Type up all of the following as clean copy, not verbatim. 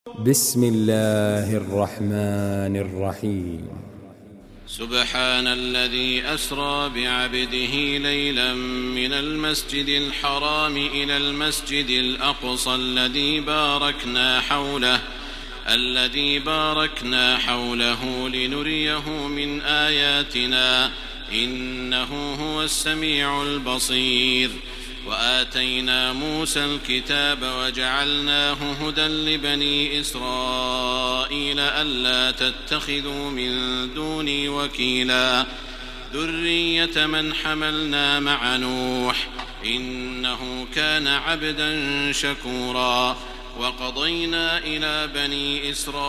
بسم الله الرحمن الرحيم. سبحان الذي أسرى بعبده ليلا من المسجد الحرام إلى المسجد الأقصى الذي باركنا حوله لنريه من آياتنا إنه هو السميع البصير. وآتينا موسى الكتاب وجعلناه هدى لبني إسرائيل ألا تتخذوا من دوني وكيلا ذرية من حملنا مع نوح إنه كان عبدا شكورا. وقضينا إلى بني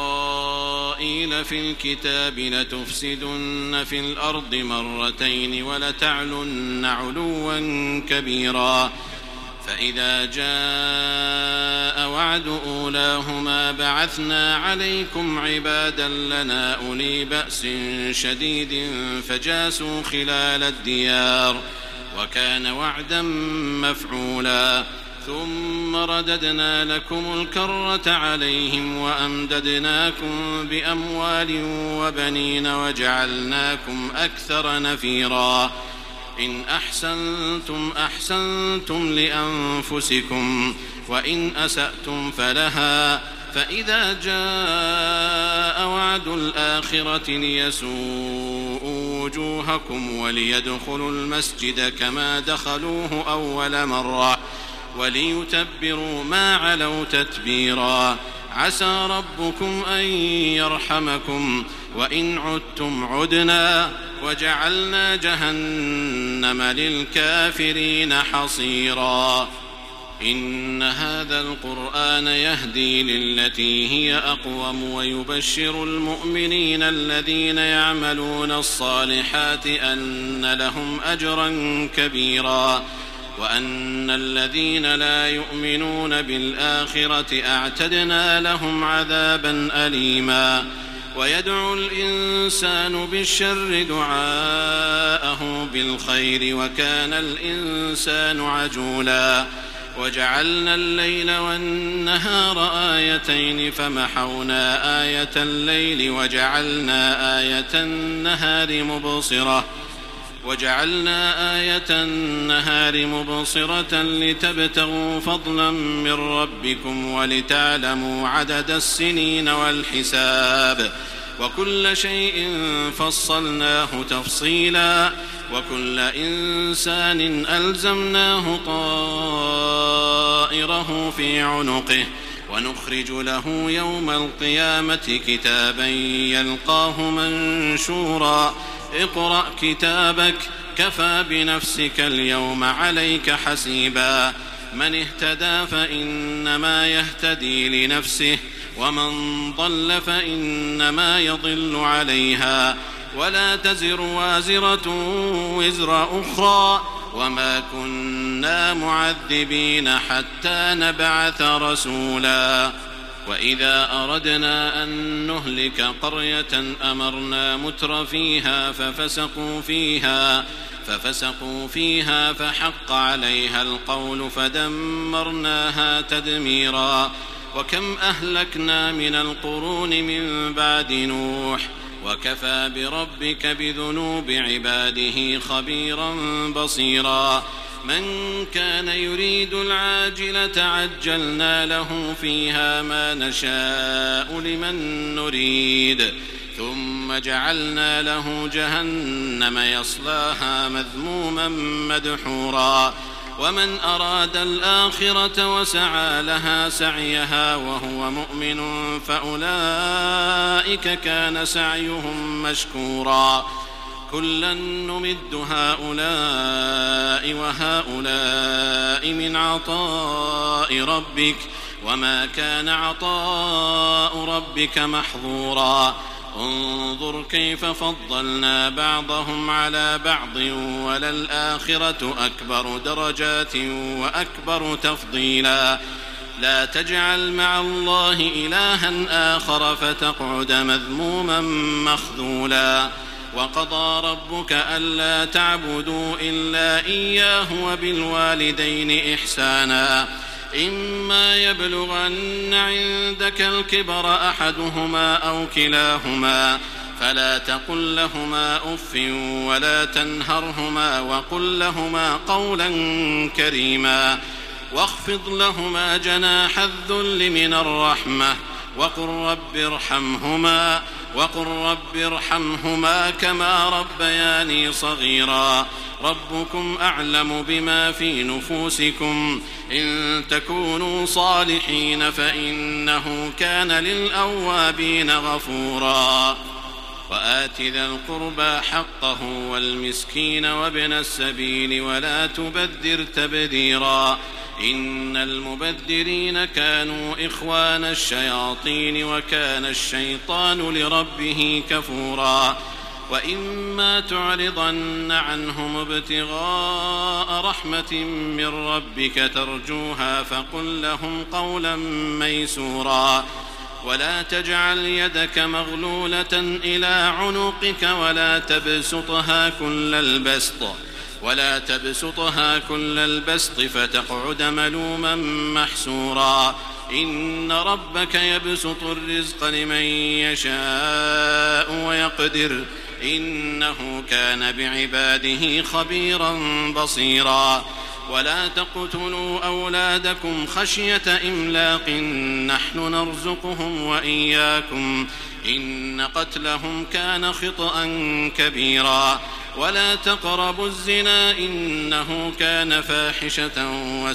إسرائيل في الكتاب لتفسدن في الأرض مرتين ولتعلن علوا كبيرا. فإذا جاء وعد أولاهما بعثنا عليكم عبادا لنا أولي بأس شديد فجاسوا خلال الديار وكان وعدا مفعولا. ثم رددنا لكم الكرة عليهم وأمددناكم بأموال وبنين وجعلناكم أكثر نفيرا. إن أحسنتم أحسنتم لأنفسكم وإن أسأتم فلها. فإذا جاء وعد الآخرة ليسوءوا وجوهكم وليدخلوا المسجد كما دخلوه أول مرة وليتبروا ما علوا تتبيرا. عسى ربكم أن يرحمكم وإن عدتم عدنا وجعلنا جهنم للكافرين حصيرا. إن هذا القرآن يهدي للتي هي أقوم ويبشر المؤمنين الذين يعملون الصالحات أن لهم أجرا كبيرا وأن الذين لا يؤمنون بالآخرة أعتدنا لهم عذابا أليما. ويدعو الإنسان بالشر دعاءه بالخير وكان الإنسان عجولا. وجعلنا الليل والنهار آيتين فمحونا آية الليل وجعلنا آية النهار مبصرة لتبتغوا فضلا من ربكم ولتعلموا عدد السنين والحساب وكل شيء فصلناه تفصيلا. وكل إنسان ألزمناه طائره في عنقه ونخرج له يوم القيامة كتابا يلقاه منشورا. اقرأ كتابك كفى بنفسك اليوم عليك حسيبا. من اهتدى فإنما يهتدي لنفسه ومن ضل فإنما يضل عليها ولا تزر وازرة وزر أخرى وما كنا معذبين حتى نبعث رسولا. وإذا أردنا أن نهلك قرية أمرنا متر فيها ففسقوا فيها فحق عليها القول فدمرناها تدميرا. وكم أهلكنا من القرون من بعد نوح وكفى بربك بذنوب عباده خبيرا بصيرا. من كان يريد العاجلة عجلنا له فيها ما نشاء لمن نريد ثم جعلنا له جهنم يصلاها مذموما مدحورا. ومن أراد الآخرة وسعى لها سعيها وهو مؤمن فأولئك كان سعيهم مشكورا. كلا نمد هؤلاء وهؤلاء من عطاء ربك وما كان عطاء ربك محظورا. انظر كيف فضلنا بعضهم على بعض وللآخرة أكبر درجات وأكبر تفضيلا. لا تجعل مع الله إلها آخر فتقعد مذموما مخذولا. وقضى ربك ألا تعبدوا إلا إياه وبالوالدين إحسانا إما يبلغن عندك الكبر أحدهما أو كلاهما فلا تقل لهما أف ولا تنهرهما وقل لهما قولا كريما واخفض لهما جناح الذل من الرحمة وقل رب ارحمهما كما ربياني صغيرا ربكم أعلم بما في نفوسكم إن تكونوا صالحين فإنه كان للأوابين غفورا وآت ذا القربى حقه والمسكين وابن السبيل ولا تبذر تبذيرا إن المبذرين كانوا إخوان الشياطين وكان الشيطان لربه كفورا وإما تعرضن عنهم ابتغاء رحمة من ربك ترجوها فقل لهم قولا ميسورا ولا تجعل يدك مغلولة إلى عنقك ولا تبسطها كل البسط فتقعد ملوما محسورا إن ربك يبسط الرزق لمن يشاء ويقدر إنه كان بعباده خبيرا بصيرا ولا تقتلوا أولادكم خشية إملاق نحن نرزقهم وإياكم إن قتلهم كان خطأ كبيرا ولا تقربوا الزنا إنه كان فاحشة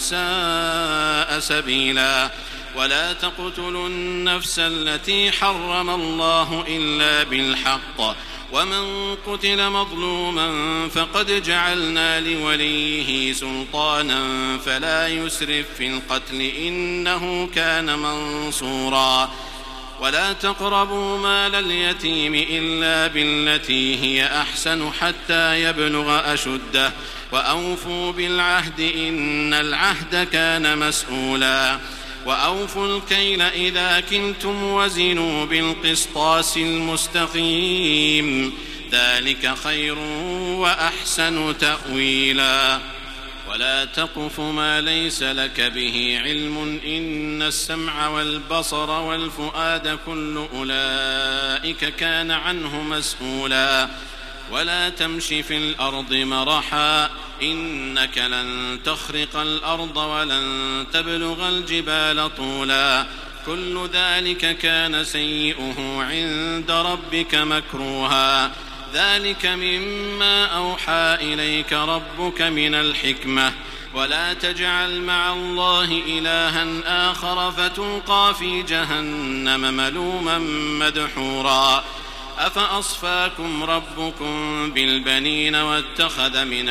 وساء سبيلا ولا تقتلوا النفس التي حرم الله إلا بالحق ومن قتل مظلوما فقد جعلنا لوليه سلطانا فلا يسرف في القتل إنه كان منصورا ولا تقربوا مال اليتيم إلا بالتي هي أحسن حتى يبلغ أشده وأوفوا بالعهد إن العهد كان مسؤولا وأوفوا الكيل إذا كلتم وزنوا بالقسطاس المستقيم ذلك خير وأحسن تأويلا ولا تقف ما ليس لك به علم إن السمع والبصر والفؤاد كل أولئك كان عنه مسؤولا ولا تمش في الأرض مرحا إنك لن تخرق الأرض ولن تبلغ الجبال طولا كل ذلك كان سيئه عند ربك مكروها ذلك مما أوحى إليك ربك من الحكمة ولا تجعل مع الله إلها آخر فتلقى في جهنم ملوما مدحورا أفأصفاكم ربكم بالبنين واتخذ من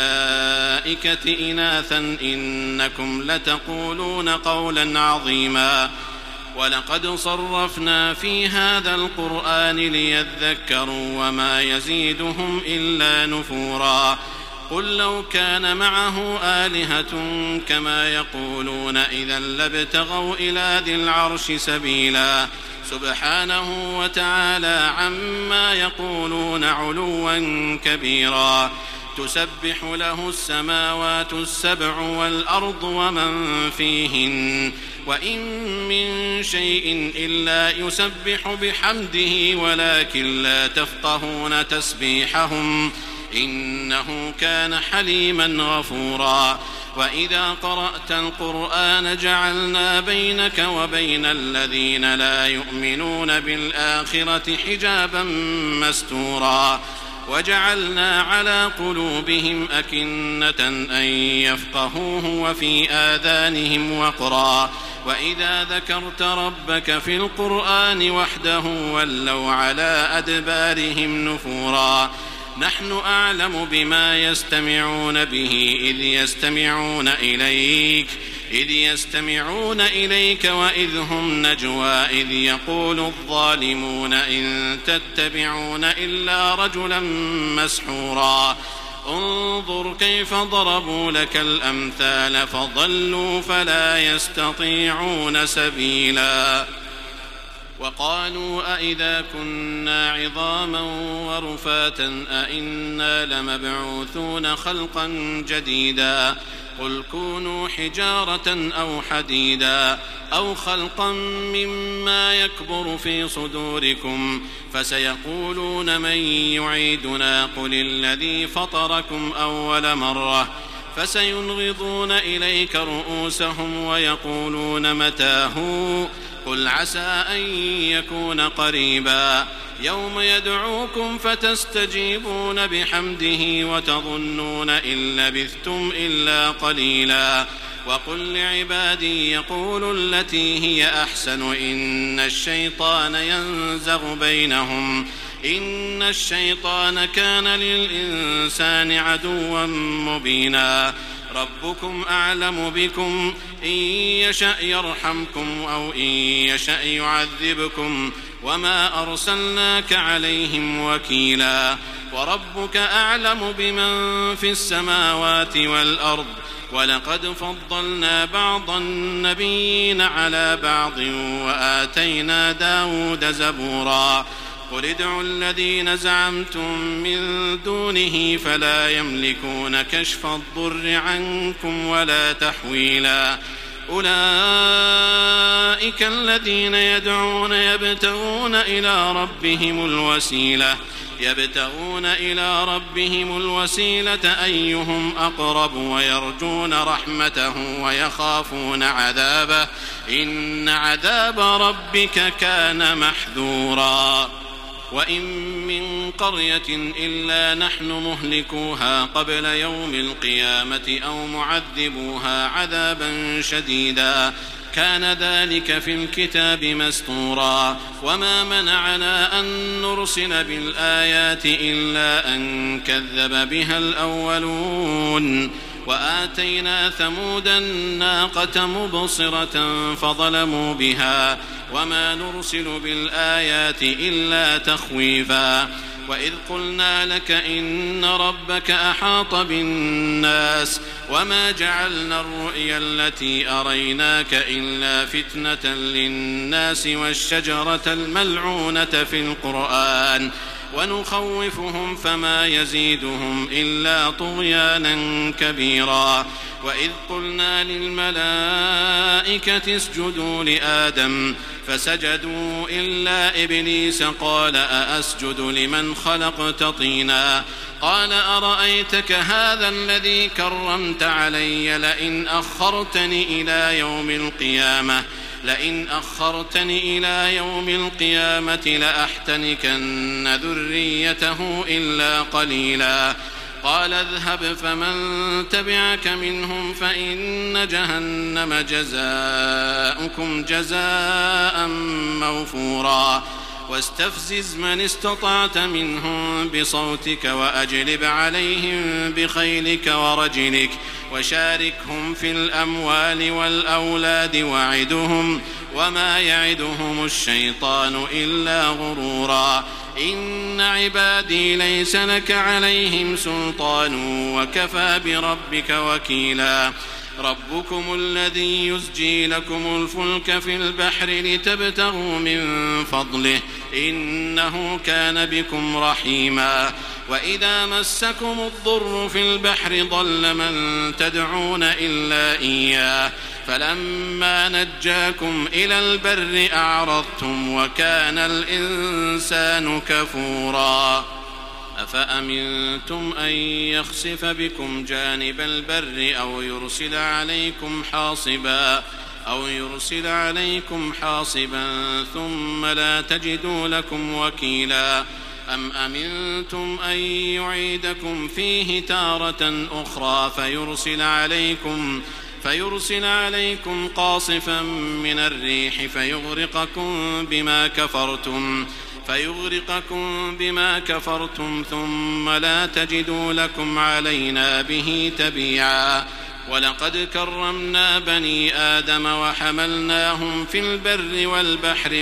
الملائكة إناثا إنكم لتقولون قولا عظيما ولقد صرفنا في هذا القرآن ليذكروا وما يزيدهم إلا نفورا قل لو كان معه آلهة كما يقولون إذا لابتغوا إلى ذي العرش سبيلا سبحانه وتعالى عما يقولون علوا كبيرا تسبح له السماوات السبع والأرض ومن فيهن وإن من شيء إلا يسبح بحمده ولكن لا تفقهون تسبيحهم إنه كان حليما غفورا وإذا قرأت القرآن جعلنا بينك وبين الذين لا يؤمنون بالآخرة حجابا مستورا وجعلنا على قلوبهم أكنة أن يفقهوه وفي آذانهم وقرا وإذا ذكرت ربك في القرآن وحده ولوا على أدبارهم نفورا نحن أعلم بما يستمعون به إذ يستمعون إليك وإذ هم نجوى إذ يقول الظالمون إن تتبعون إلا رجلا مسحورا انظر كيف ضربوا لك الأمثال فضلوا فلا يستطيعون سبيلا وقالوا أئذا كنا عظاما ورفاتا أئنا لمبعوثون خلقا جديدا قل كونوا حجارة أو حديدا أو خلقا مما يكبر في صدوركم فسيقولون من يعيدنا قل الذي فطركم أول مرة فسينغضون إليك رؤوسهم ويقولون متى هو قل عسى أن يكون قريبا يوم يدعوكم فتستجيبون بحمده وتظنون إن لبثتم إلا قليلا وقل لعبادي يقولوا التي هي أحسن إن الشيطان ينزغ بينهم إن الشيطان كان للإنسان عدوا مبينا ربكم أعلم بكم إن يشأ يرحمكم أو إن يشأ يعذبكم وما أرسلناك عليهم وكيلا وربك أعلم بمن في السماوات والأرض ولقد فضلنا بعض النبيين على بعض وآتينا داود زبورا قل ادعوا الذين زعمتم من دونه فلا يملكون كشف الضر عنكم ولا تحويلا أولئك الذين يدعون يبتغون إلى ربهم الوسيلة أيهم أقرب ويرجون رحمته ويخافون عذابه إن عذاب ربك كان محذورا وإن من قرية إلا نحن مهلكوها قبل يوم القيامة أو معذبوها عذابا شديدا كان ذلك في الكتاب مسطورا وما منعنا أن نرسل بالآيات إلا أن كذب بها الأولون وآتينا ثمود الناقة مبصرة فظلموا بها وما نرسل بالآيات إلا تخويفا وإذ قلنا لك إن ربك أحاط بالناس وما جعلنا الرؤيا التي أريناك إلا فتنة للناس والشجرة الملعونة في القرآن ونخوفهم فما يزيدهم إلا طغيانا كبيرا وإذ قلنا للملائكة اسجدوا لآدم فسجدوا إلا إبليس قال أأسجد لمن خلقت طينا قال أرأيتك هذا الذي كرمت علي لئن أخرتني إلى يوم القيامة لأحتنكن ذريته إلا قليلا قال اذهب فمن تبعك منهم فإن جهنم جزاؤكم جزاء موفورا واستفزز من استطعت منهم بصوتك وأجلب عليهم بخيلك ورجلك وشاركهم في الأموال والأولاد وعدهم وما يعدهم الشيطان إلا غرورا إن عبادي ليس لك عليهم سلطان وكفى بربك وكيلا ربكم الذي يزجي لكم الفلك في البحر لتبتغوا من فضله إنه كان بكم رحيما وإذا مسكم الضر في البحر ضل من تدعون إلا إياه فلما نجاكم إلى البر أعرضتم وكان الإنسان كفورا أفأمنتم أن يخسف بكم جانب البر أو يرسل عليكم حاصبا ثم لا تجدوا لكم وكيلا أم أمنتم أن يعيدكم فيه تارة أخرى فيرسل عليكم قاصفا من الريح فيغرقكم بما كفرتم ثم لا تجدوا لكم علينا به تبيعا ولقد كرمنا بني آدم وحملناهم في البر والبحر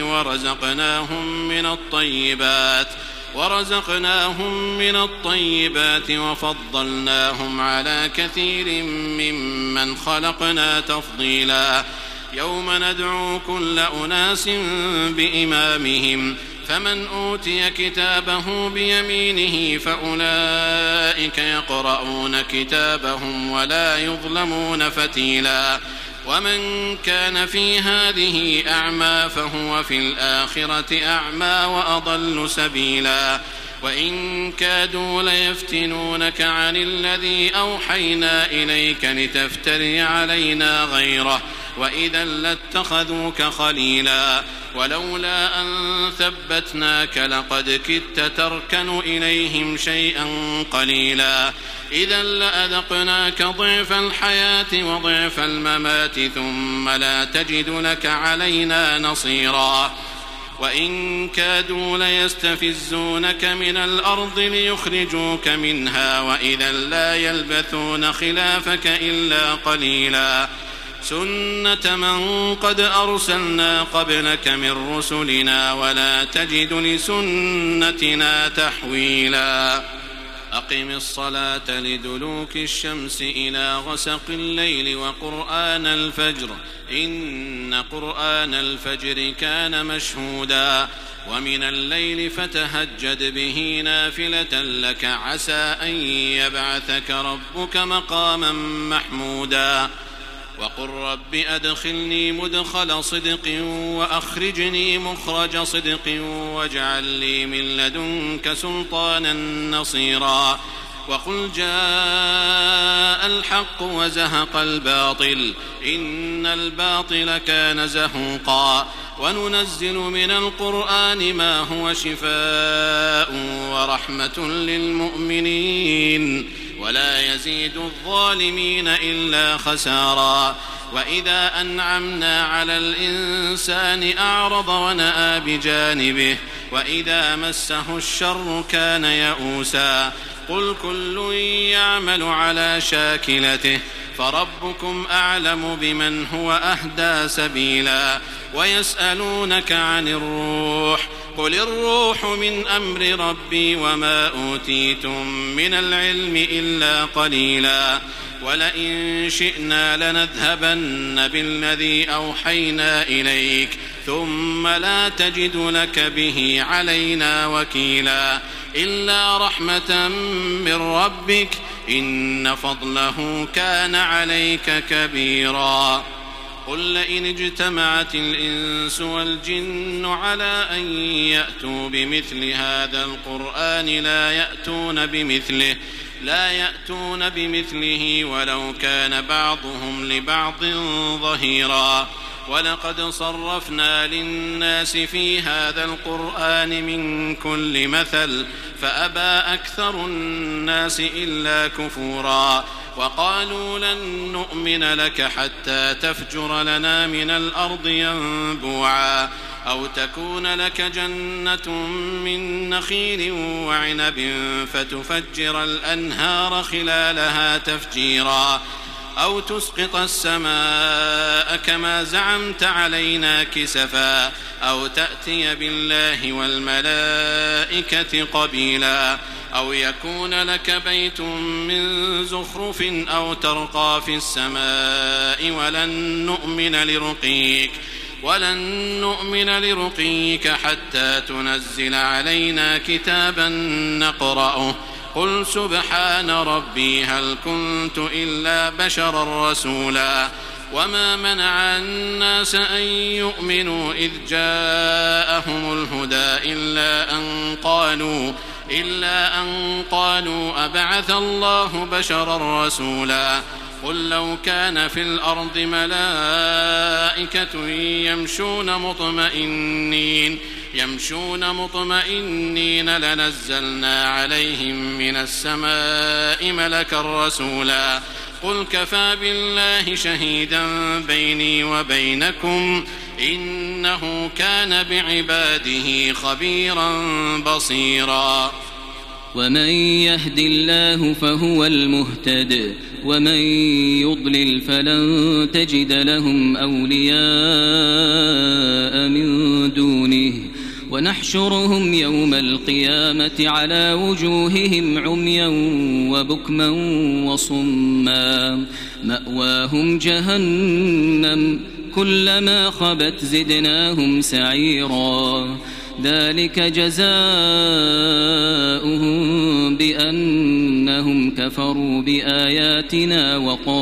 ورزقناهم من الطيبات وفضلناهم على كثير ممن خلقنا تفضيلا يوم ندعو كل أناس بإمامهم فمن أوتي كتابه بيمينه فأولئك يقرؤون كتابهم ولا يظلمون فتيلا ومن كان في هذه أعمى فهو في الآخرة أعمى وأضل سبيلا وإن كادوا ليفتنونك عن الذي أوحينا إليك لتفتري علينا غيره وإذا لاتخذوك خليلا ولولا أن ثبتناك لقد كدت تركن إليهم شيئا قليلا إذا لأذقناك ضعف الحياة وضعف الممات ثم لا تجد لك علينا نصيرا وإن كادوا ليستفزونك من الأرض ليخرجوك منها وإذا لا يلبثون خلافك إلا قليلا سنة من قد أرسلنا قبلك من رسلنا ولا تجد لسنتنا تحويلا أقم الصلاة لدلوك الشمس إلى غسق الليل وقرآن الفجر إن قرآن الفجر كان مشهودا ومن الليل فتهجد به نافلة لك عسى أن يبعثك ربك مقاما محمودا وقل رب أدخلني مدخل صدق وأخرجني مخرج صدق واجعل لي من لدنك سلطانا نصيرا وقل جاء الحق وزهق الباطل إن الباطل كان زهوقا وننزل من القرآن ما هو شفاء ورحمة للمؤمنين ولا يزيد الظالمين إلا خسارا وإذا أنعمنا على الإنسان أعرض ونأى بجانبه وإذا مسه الشر كان يئوسا قل كل يعمل على شاكلته فربكم أعلم بمن هو أهدى سبيلا ويسألونك عن الروح قل الروح من أمر ربي وما أوتيتم من العلم إلا قليلا ولئن شئنا لنذهبن بالذي أوحينا إليك ثم لا تجد لك به علينا وكيلا إلا رحمة من ربك إن فضله كان عليك كبيرا قل لئن اجتمعت الإنس والجن على أن يأتوا بمثل هذا القرآن لا يأتون بمثله ولو كان بعضهم لبعض ظهيرا ولقد صرفنا للناس في هذا القرآن من كل مثل فأبى أكثر الناس إلا كفورا وقالوا لن نؤمن لك حتى تفجر لنا من الأرض ينبوعا أو تكون لك جنة من نخيل وعنب فتفجر الأنهار خلالها تفجيرا أو تسقط السماء كما زعمت علينا كسفا أو تأتي بالله والملائكة قبيلا أو يكون لك بيت من زخرف أو ترقى في السماء ولن نؤمن لرقيك حتى تنزل علينا كتابا نقرأه قل سبحان ربي هل كنت إلا بشرا رسولا وما منع الناس أن يؤمنوا إذ جاءهم الهدى إلا أن قالوا أبعث الله بشرا رسولا قل لو كان في الأرض ملائكة يمشون مطمئنين لنزلنا عليهم من السماء ملكا رسولا قل كفى بالله شهيدا بيني وبينكم إنه كان بعباده خبيرا بصيرا ومن يهد الله فهو المهتد ومن يضلل فلن تجد لهم أولياء من دونه ونحشرهم يوم القيامة على وجوههم عميا وبكما وصما مأواهم جهنم كلما خبت زدناهم سعيرا ذلك جزاؤهم بأنهم كفروا بآياتنا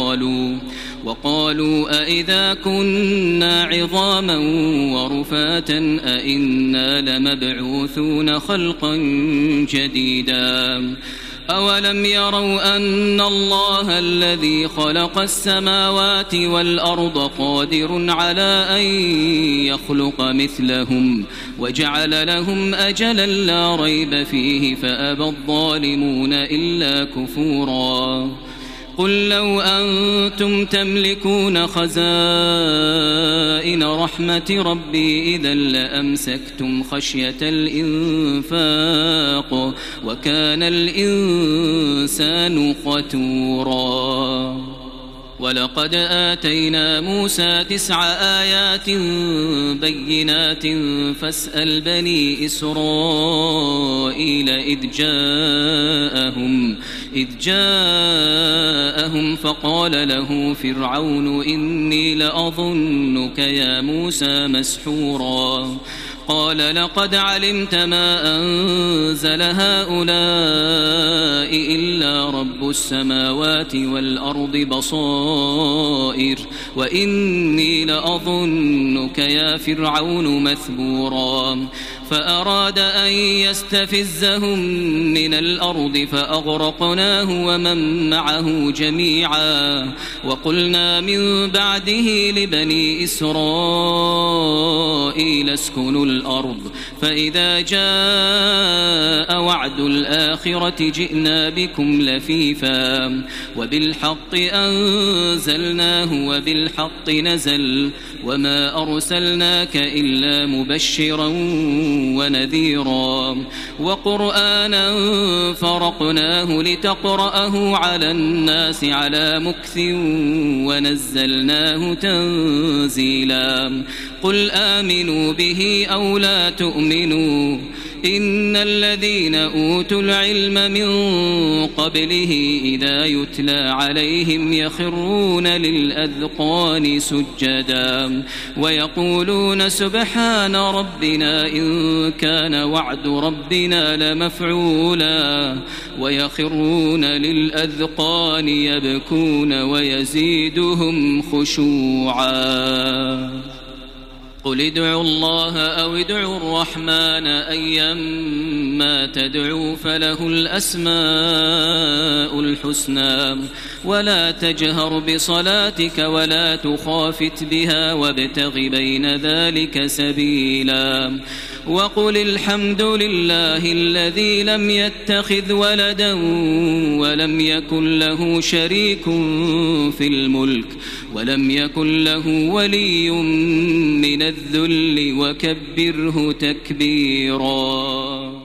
وقالوا أئذا كنا عظاما ورفاتا أئنا لمبعوثون خلقا جديدا أولم يروا أن الله الذي خلق السماوات والأرض قادر على أن يخلق مثلهم وجعل لهم أجلا لا ريب فيه فأبى الظالمون إلا كفورا قل لو أنتم تملكون خزائن رحمة ربي إذا لأمسكتم خشية الإنفاق وكان الإنسان قتورا ولقد آتينا موسى 9 آيات بينات فاسأل بني إسرائيل إذ جاءهم فقال له فرعون إني لأظنك يا موسى مسحورا قال لقد علمت ما أنزل هؤلاء إلا رب السماوات والأرض بصائر وإني لأظنك يا فرعون مثبورا فأراد أن يستفزهم من الأرض فأغرقناه ومن معه جميعا وقلنا من بعده لبني إسرائيل اسكنوا الأرض فإذا جاء وعد الآخرة جئنا بكم لفيفا وبالحق أنزلناه وبالحق نزل وما أرسلناك إلا مبشرا ونذيرا وقرآنا فرقناه لتقرأه على الناس على مكث ونزلناه تنزيلا قل آمنوا به أو لا تؤمنوا إن الذين أوتوا العلم من قبله إذا يتلى عليهم يخرون للأذقان سجدا ويقولون سبحان ربنا إن كان وعد ربنا لمفعولا ويخرون للأذقان يبكون ويزيدهم خشوعا قل ادعوا الله أو ادعوا الرحمن أيما تدعوا فله الأسماء الحسنى ولا تجهر بصلاتك ولا تخافت بها وابتغ بين ذلك سبيلا وقل الحمد لله الذي لم يتخذ ولدا ولم يكن له شريك في الملك ولم يكن له ولي من الذل وكبره تكبيرا